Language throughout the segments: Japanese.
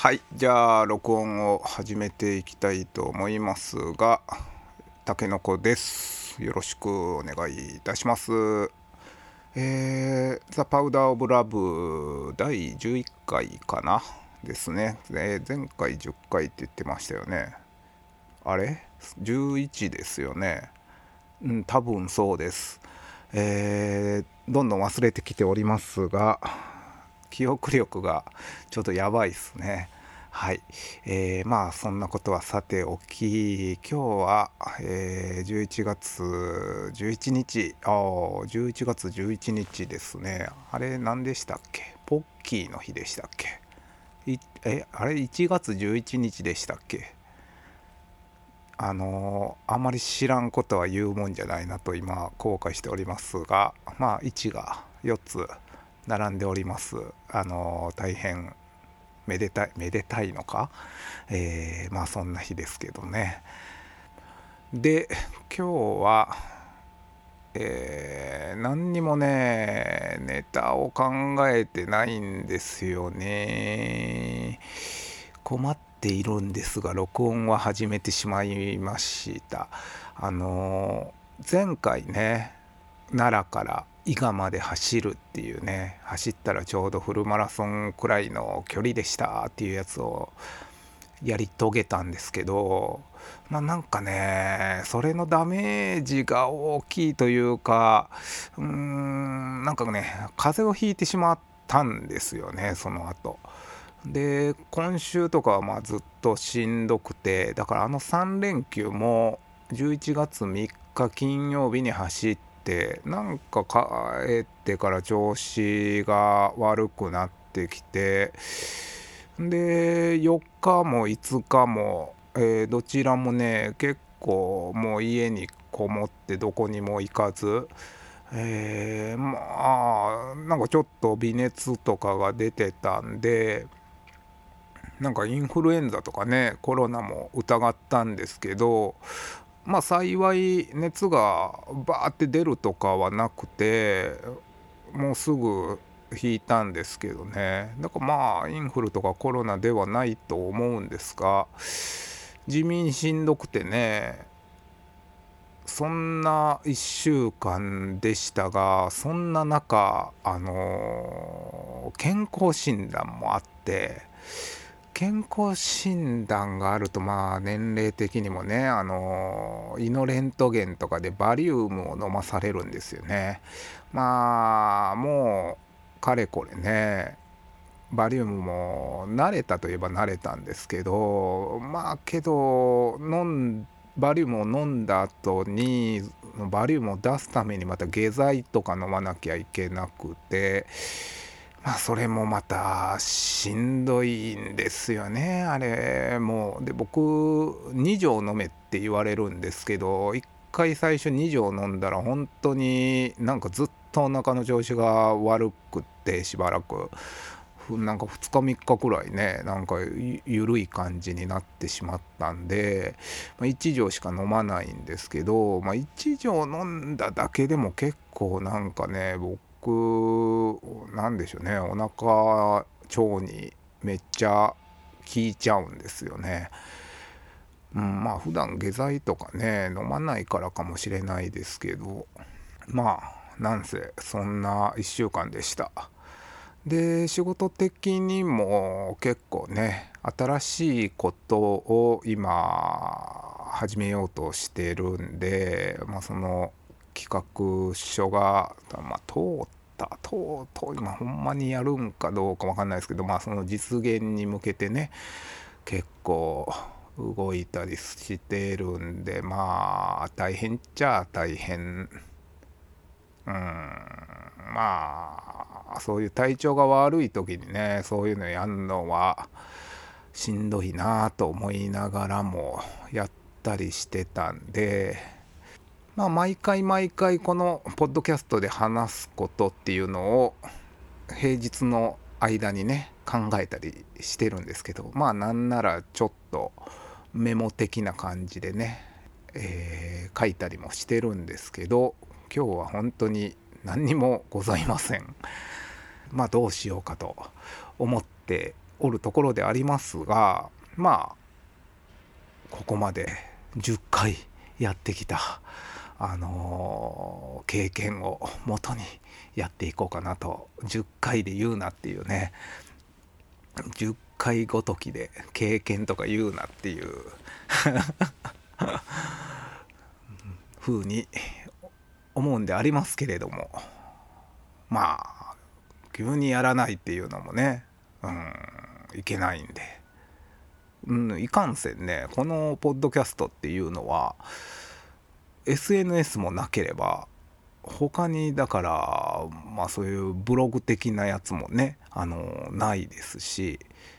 はい、じゃあ録音を始めていきたいと思いますが、たけのこです。よろしくお願いいたします。ザ・パウダー・オブ・ラブ第11回かなですね。前回10回って言ってましたよね。あれ ?11 ですよね。多分そうです。どんどん忘れてきておりますが、記憶力がちょっとやばいですね。はい、まあそんなことはさておき、今日は、11月11日、11月11日ですね。あれ何でしたっけ？ポッキーの日でしたっけ？あれ1月11日でしたっけ？あんまり知らんことは言うもんじゃないなと今後悔しておりますが、まあ1が4つ並んでおります。大変めでたいのか、まあそんな日ですけどね。で今日は、何にもねネタを考えてないんですよね。困っているんですが録音は始めてしまいました。前回ね奈良から伊賀まで走るっていうね、走ったらちょうどフルマラソンくらいの距離でしたっていうやつをやり遂げたんですけど、まあなんかねそれのダメージが大きいというか、なんかね風邪をひいてしまったんですよね、その後で。今週とかはまあずっとしんどくて、だから3連休も11月3日金曜日に走って、なんか帰ってから調子が悪くなってきて、で4日も5日も、どちらもね結構もう家にこもってどこにも行かず、まあなんかちょっと微熱とかが出てたんで、なんかインフルエンザとかねコロナも疑ったんですけど、まあ幸い熱がバーって出るとかはなくて、もうすぐ引いたんですけどね。だからまあインフルとかコロナではないと思うんですが、地味にしんどくてね、そんな1週間でしたが、そんな中健康診断もあって、健康診断があるとまあ年齢的にもね、胃のレントゲンとかでバリウムを飲まされるんですよね。まあもうかれこれねバリウムも慣れたといえば慣れたんですけど、まあけどバリウムを飲んだ後にバリウムを出すためにまた下剤とか飲まなきゃいけなくて、まあそれもまたしんどいんですよね、あれもう。で僕2錠飲めって言われるんですけど、1回最初2錠飲んだら本当になんかずっとお腹の調子が悪くって、しばらくなんか2日3日くらいね、なんかゆるい感じになってしまったんで、1錠しか飲まないんですけど、1錠飲んだだけでも結構なんかね、僕なんでしょうね、お腹腸にめっちゃ効いちゃうんですよね。まあ普段下剤とかね飲まないからかもしれないですけど、まあなんせそんな1週間でした。で仕事的にも結構ね新しいことを今始めようとしてるんで、その企画書が、今ほんまにやるんかどうかわかんないですけど、その実現に向けてね結構動いたりしてるんで、大変っちゃ大変。そういう体調が悪い時にねそういうのやんのはしんどいなと思いながらもやったりしてたんで、毎回毎回このポッドキャストで話すことっていうのを平日の間にね考えたりしてるんですけど、なんならちょっとメモ的な感じでね、書いたりもしてるんですけど、今日は本当に何にもございません。どうしようかと思っておるところでありますが、まあここまで10回やってきた、経験をもとにやっていこうかなと。10回で言うなっていうね、10回ごときで経験とか言うなっていう風に思うんでありますけれども、まあ急にやらないっていうのもね、いけないんで、いかんせんね、このポッドキャストっていうのは SNS もなければ、他にだからそういうブログ的なやつもね、ないですし、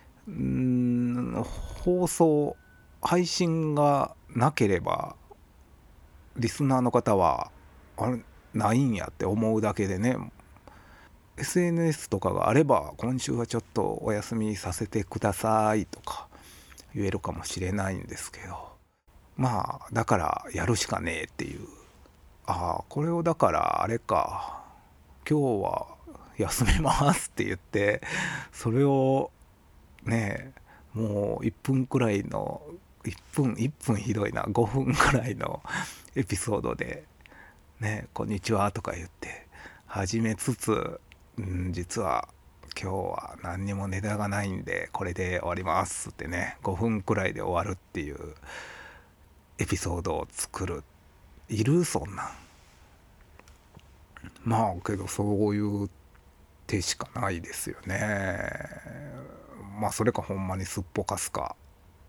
放送配信がなければリスナーの方はあれないんやって思うだけでね、 SNS とかがあれば今週はちょっとお休みさせてくださいとか言えるかもしれないんですけど、だからやるしかねえっていう。これをだからあれか、今日は休めますって言ってそれをね、もう1分くらいの1分ひどいな、5分くらいのエピソードでね、こんにちはとか言って始めつつ、実は今日は何にもネタがないんでこれで終わりますってね、5分くらいで終わるっていうエピソードを作る。いるそんなん。けどそういう手しかないですよね。それかほんまにすっぽかすか。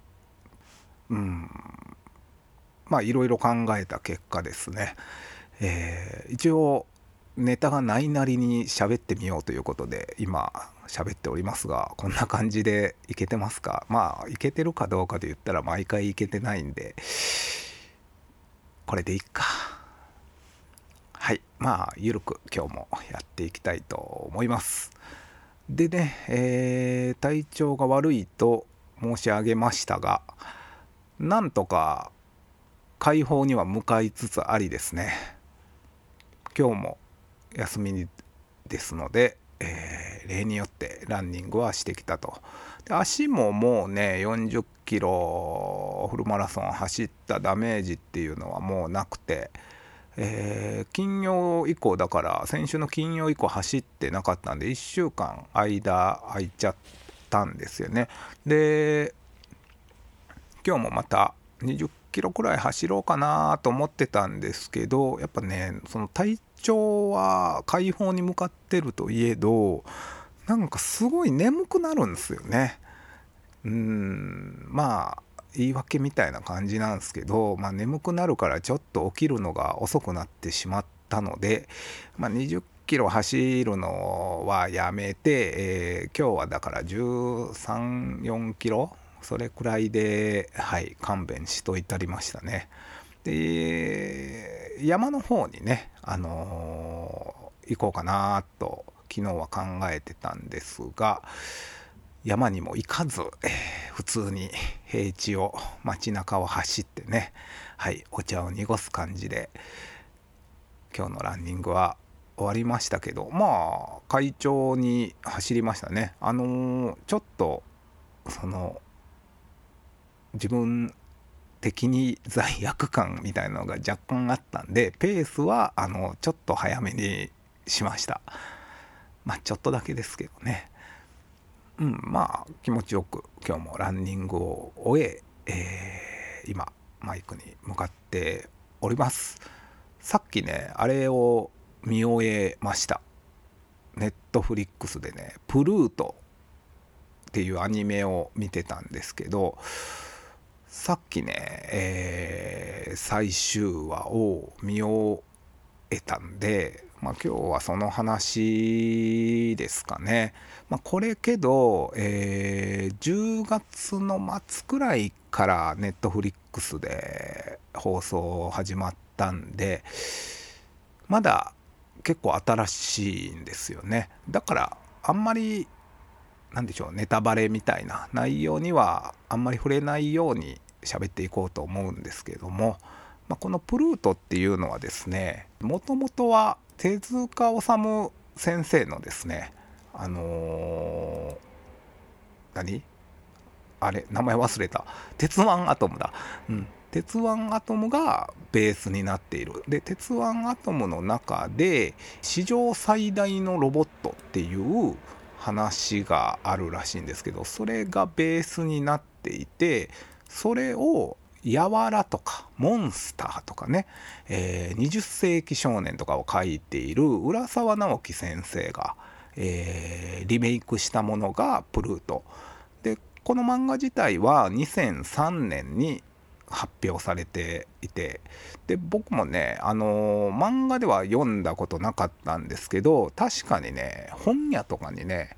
いろいろ考えた結果ですね、一応ネタがないなりに喋ってみようということで今喋っておりますが、こんな感じでいけてますか？いけてるかどうかで言ったら毎回いけてないんで、これでいいか。はい、ゆるく今日もやっていきたいと思います。でね、体調が悪いと申し上げましたが、なんとか解放には向かいつつありですね。今日も休みですので、例によってランニングはしてきたと。で足ももうね40キロフルマラソン走ったダメージっていうのはもうなくて、金曜以降だから先週の金曜以降走ってなかったんで1週間間空いちゃったんですよね。で今日もまた20キロくらい走ろうかなと思ってたんですけど、やっぱねその体調は解放に向かってるといえど、なんかすごい眠くなるんですよね。言い訳みたいな感じなんですけど、眠くなるからちょっと起きるのが遅くなってしまったので、20キロ走るのはやめて、今日はだから13、4キロそれくらいで、勘弁しといたりましたね。で山の方にね、行こうかなと昨日は考えてたんですが、山にも行かず、普通に平地を街中を走ってね、お茶を濁す感じで今日のランニングは終わりましたけど、快調に走りましたね。ちょっとその自分的に罪悪感みたいなのが若干あったんで、ペースはちょっと早めにしました。ちょっとだけですけどね。気持ちよく今日もランニングを終え、今マイクに向かっております。さっきねあれを見終えました。ネットフリックスでねプルートっていうアニメを見てたんですけど、さっきね、最終話を見終えたんで、今日はその話ですかね。これけど、10月の末くらいからネットフリックスで放送始まったんで、まだ結構新しいんですよね。だからあんまりなんでしょう、ネタバレみたいな内容にはあんまり触れないように喋っていこうと思うんですけれども、このプルートっていうのはですね、もともとは手塚治虫先生のですね、 何あれ名前忘れた、鉄腕アトムだ、鉄腕アトムがベースになっている。で鉄腕アトムの中で史上最大のロボットっていう話があるらしいんですけど、それがベースになっていて、それをやわらとかモンスターとかね、20世紀少年とかを書いている浦沢直樹先生が、リメイクしたものがプルートで、この漫画自体は2003年に発表されていて、で僕もね、漫画では読んだことなかったんですけど、確かにね本屋とかにね、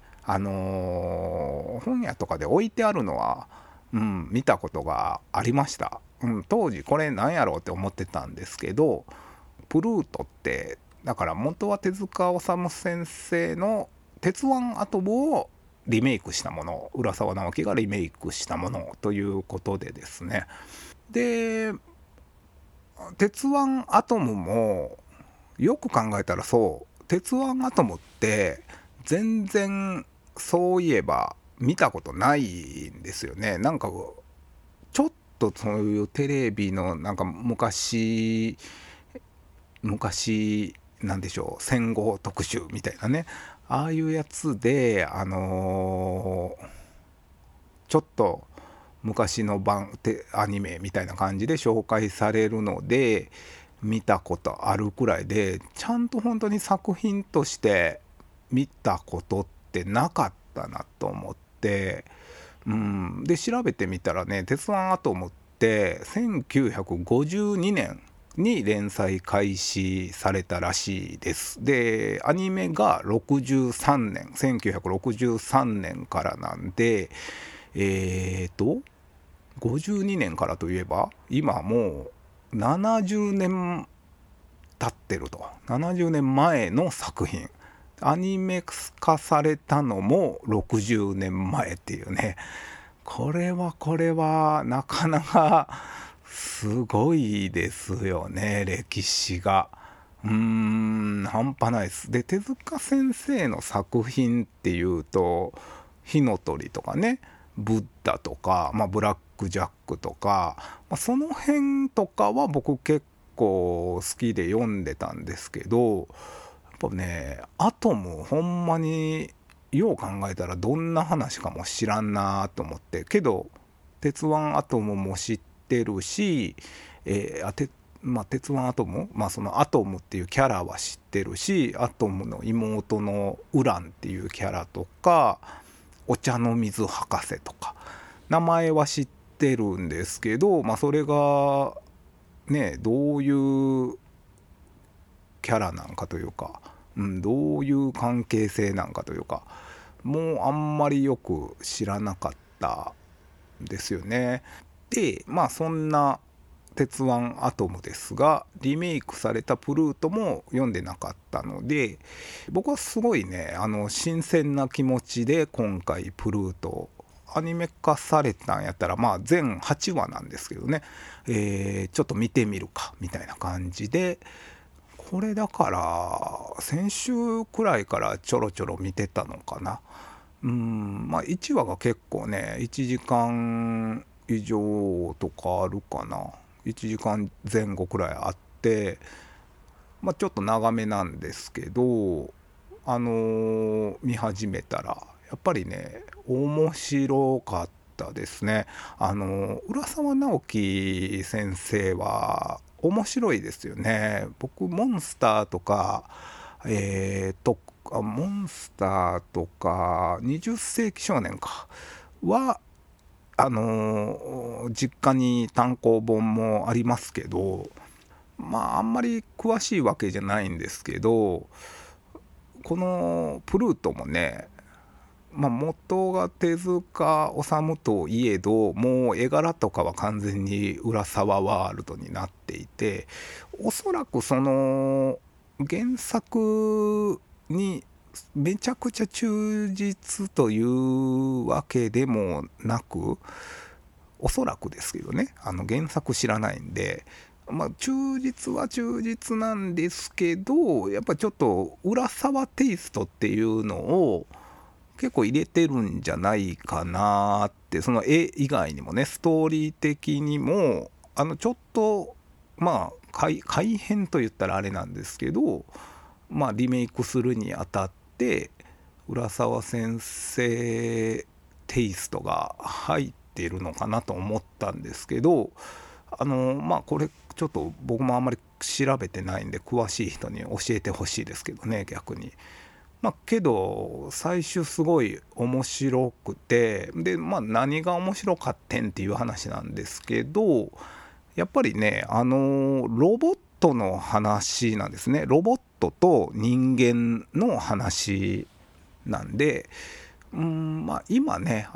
本屋とかで置いてあるのは、見たことがありました、当時これなんやろうって思ってたんですけど、プルートってだから元は手塚治虫先生の鉄腕アトムをリメイクしたもの、浦沢直樹がリメイクしたものということでですね。で鉄腕アトムもよく考えたら、そう鉄腕アトムって全然そういえば見たことないんですよね。なんかちょっとそういうテレビのなんか昔なんでしょう、戦後特集みたいなね、ああいうやつでちょっと昔のアニメみたいな感じで紹介されるので見たことあるくらいで、ちゃんと本当に作品として見たことってなかったなと思って、で調べてみたらね、鉄腕アトムって1952年に連載開始されたらしいです。でアニメが63年1963年からなんで、52年からといえば今もう70年経ってると。70年前の作品、アニメ化されたのも60年前っていうね、これはなかなかすごいですよね、歴史が。半端ないです。で手塚先生の作品っていうと火の鳥とかね、ブッダとか、ブラックジャックとか、その辺とかは僕結構好きで読んでたんですけど、やっぱねアトムほんまによう考えたらどんな話かも知らんなと思って、けど鉄腕アトムも知ってるし、鉄腕アトム、そのアトムっていうキャラは知ってるし、アトムの妹のウランっていうキャラとか、お茶の水博士とか名前は知ってるんですけど、それがねどういうキャラなんかというか、どういう関係性なんかというか、もうあんまりよく知らなかったんですよね。でそんな鉄腕アトムですが、リメイクされたプルートも読んでなかったので、僕はすごいね新鮮な気持ちで今回プルートアニメ化されたんやったら、全8話なんですけどね、ちょっと見てみるかみたいな感じで、これだから先週くらいからちょろちょろ見てたのかな。1話が結構ね1時間以上とかあるかな、1時間前後くらいあって、ちょっと長めなんですけど、見始めたらやっぱりね面白かったですね。浦沢直樹先生は面白いですよね。僕モンスターとかモンスターとか20世紀少年かは実家に単行本もありますけど、あんまり詳しいわけじゃないんですけど、このプルートもね、元が手塚治虫といえど、もう絵柄とかは完全に浦沢ワールドになっていて、おそらくその原作にめちゃくちゃ忠実というわけでもなく、おそらくですけどね、原作知らないんで、忠実は忠実なんですけど、やっぱちょっと浦沢テイストっていうのを結構入れてるんじゃないかなって、その絵以外にもね、ストーリー的にもちょっとまあ改変と言ったらあれなんですけど、まあリメイクするにあたって浦沢先生テイストが入っているのかなと思ったんですけど、まあこれちょっと僕もあんまり調べてないんで詳しい人に教えてほしいですけどね、逆に。まあけど最終すごい面白くて、でまあ何が面白かってんっていう話なんですけど、やっぱりねロボットの話なんですね。ロボットと人間の話なんで、まあ今ね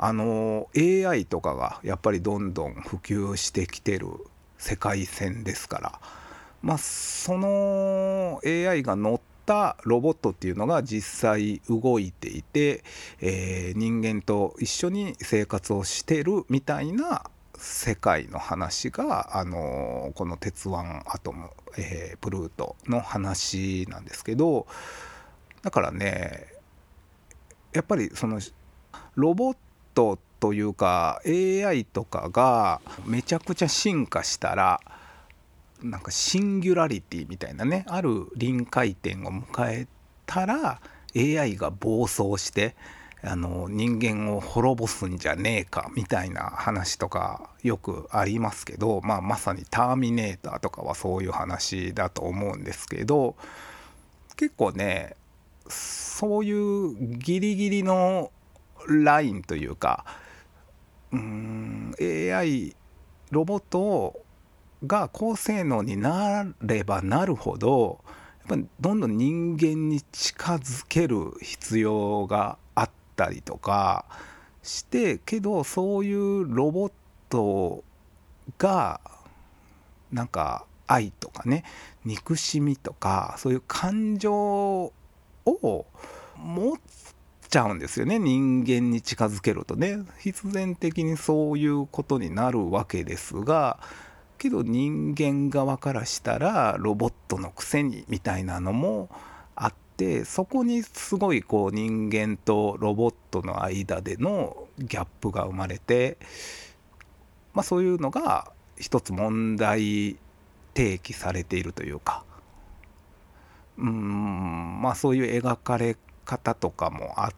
AI とかがやっぱりどんどん普及してきてる世界線ですから、まあその AI が乗ったロボットっていうのが実際動いていて、人間と一緒に生活をしてるみたいな世界の話がこの鉄腕アトム、プルートの話なんですけど、だからねやっぱりそのロボットというか AI とかがめちゃくちゃ進化したら、なんかシンギュラリティみたいなね、ある臨界点を迎えたら AI が暴走して人間を滅ぼすんじゃねえかみたいな話とかよくありますけど、まさにターミネーターとかはそういう話だと思うんですけど、結構ねそういうギリギリのラインというか、AI ロボットが高性能になればなるほどやっぱどんどん人間に近づける必要があったりとかして、けどそういうロボットがなんか愛とかね、憎しみとかそういう感情を持っちゃうんですよね。人間に近づけるとね必然的にそういうことになるわけですが、けど人間側からしたらロボットのくせにみたいなのもあって、そこにすごいこう人間とロボットの間でのギャップが生まれて、そういうのが一つ問題提起されているというか、そういう描かれ方とかもあって、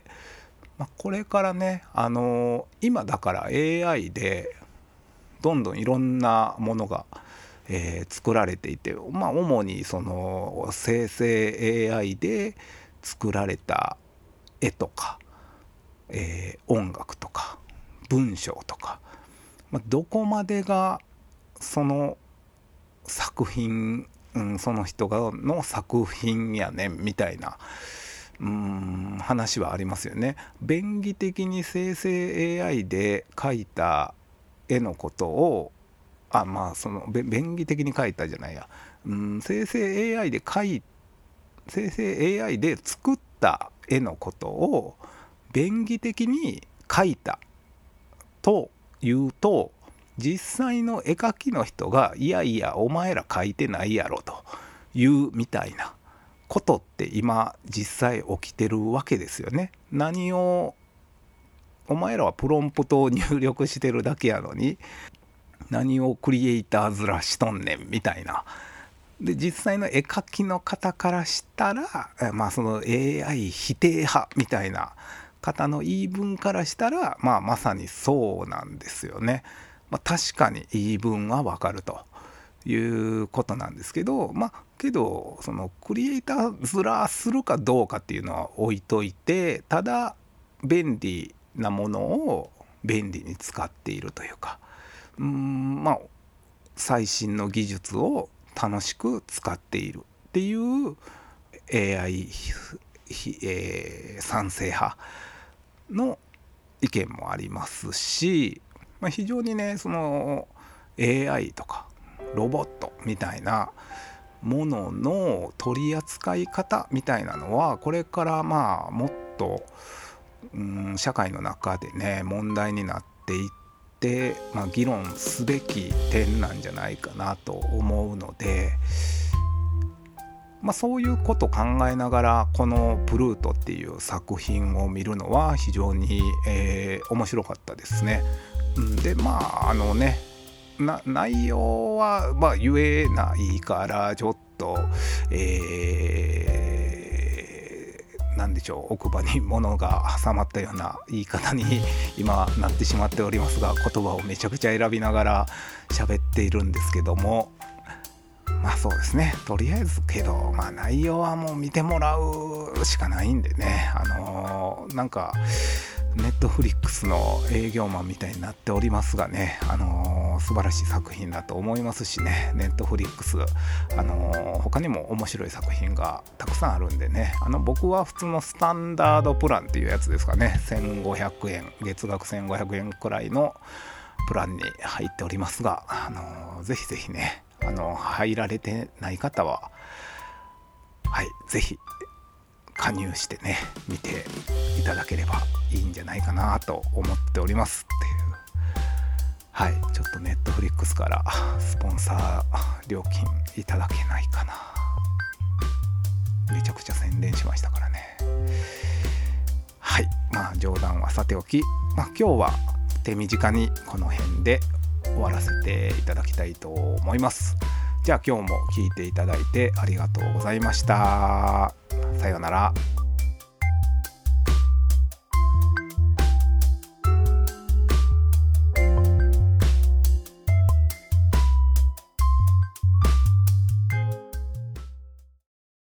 これからね今だから AI でどんどんいろんなものが、作られていて、主にその生成 AI で作られた絵とか、音楽とか文章とか、どこまでがその作品、その人の作品やねんみたいな話はありますよね。便宜的に生成 AI で描いた絵のことをその便宜的に描いたじゃないや、生成 AI で生成 AI で作った絵のことを便宜的に描いたというと、実際の絵描きの人がいやいやお前ら描いてないやろというみたいなことって今実際起きてるわけですよね。何をお前らはプロンプトを入力してるだけやのに何をクリエイター面しとんねんみたいな。で実際の絵描きの方からしたらその AI 否定派みたいな方の言い分からしたらまさにそうなんですよね。確かに言い分はわかるということなんですけど、けどそのクリエイター面するかどうかっていうのは置いといて、ただ便利なものを便利に使っているというか、最新の技術を楽しく使っているっていう AI、賛成派の意見もありますし、非常にねその AI とかロボットみたいなものの取り扱い方みたいなのはこれからもっと社会の中でね問題になっていって、議論すべき点なんじゃないかなと思うので、 そういうこと考えながらこのプルートっていう作品を見るのは非常に、面白かったですね。で内容は言えないからちょっと、なんでしょう、奥歯に物が挟まったような言い方に今なってしまっておりますが、言葉をめちゃくちゃ選びながら喋っているんですけども、そうですね、とりあえずけど、内容はもう見てもらうしかないんでね、なんかネットフリックスの営業マンみたいになっておりますがね、素晴らしい作品だと思いますしね、ネットフリックス、他にも面白い作品がたくさんあるんでね、僕は普通のスタンダードプランっていうやつですかね、1500円、月額1500円くらいのプランに入っておりますが、ぜひぜひね、入られてない方は、ぜひ加入してね見ていただければいいんじゃないかなと思っておりますっていう。ちょっとネットフリックスからスポンサー料金いただけないかな。めちゃくちゃ宣伝しましたからね。冗談はさておき、今日は手短にこの辺で終わらせていただきたいと思います。じゃあ今日も聞いていただいてありがとうございました。さようなら。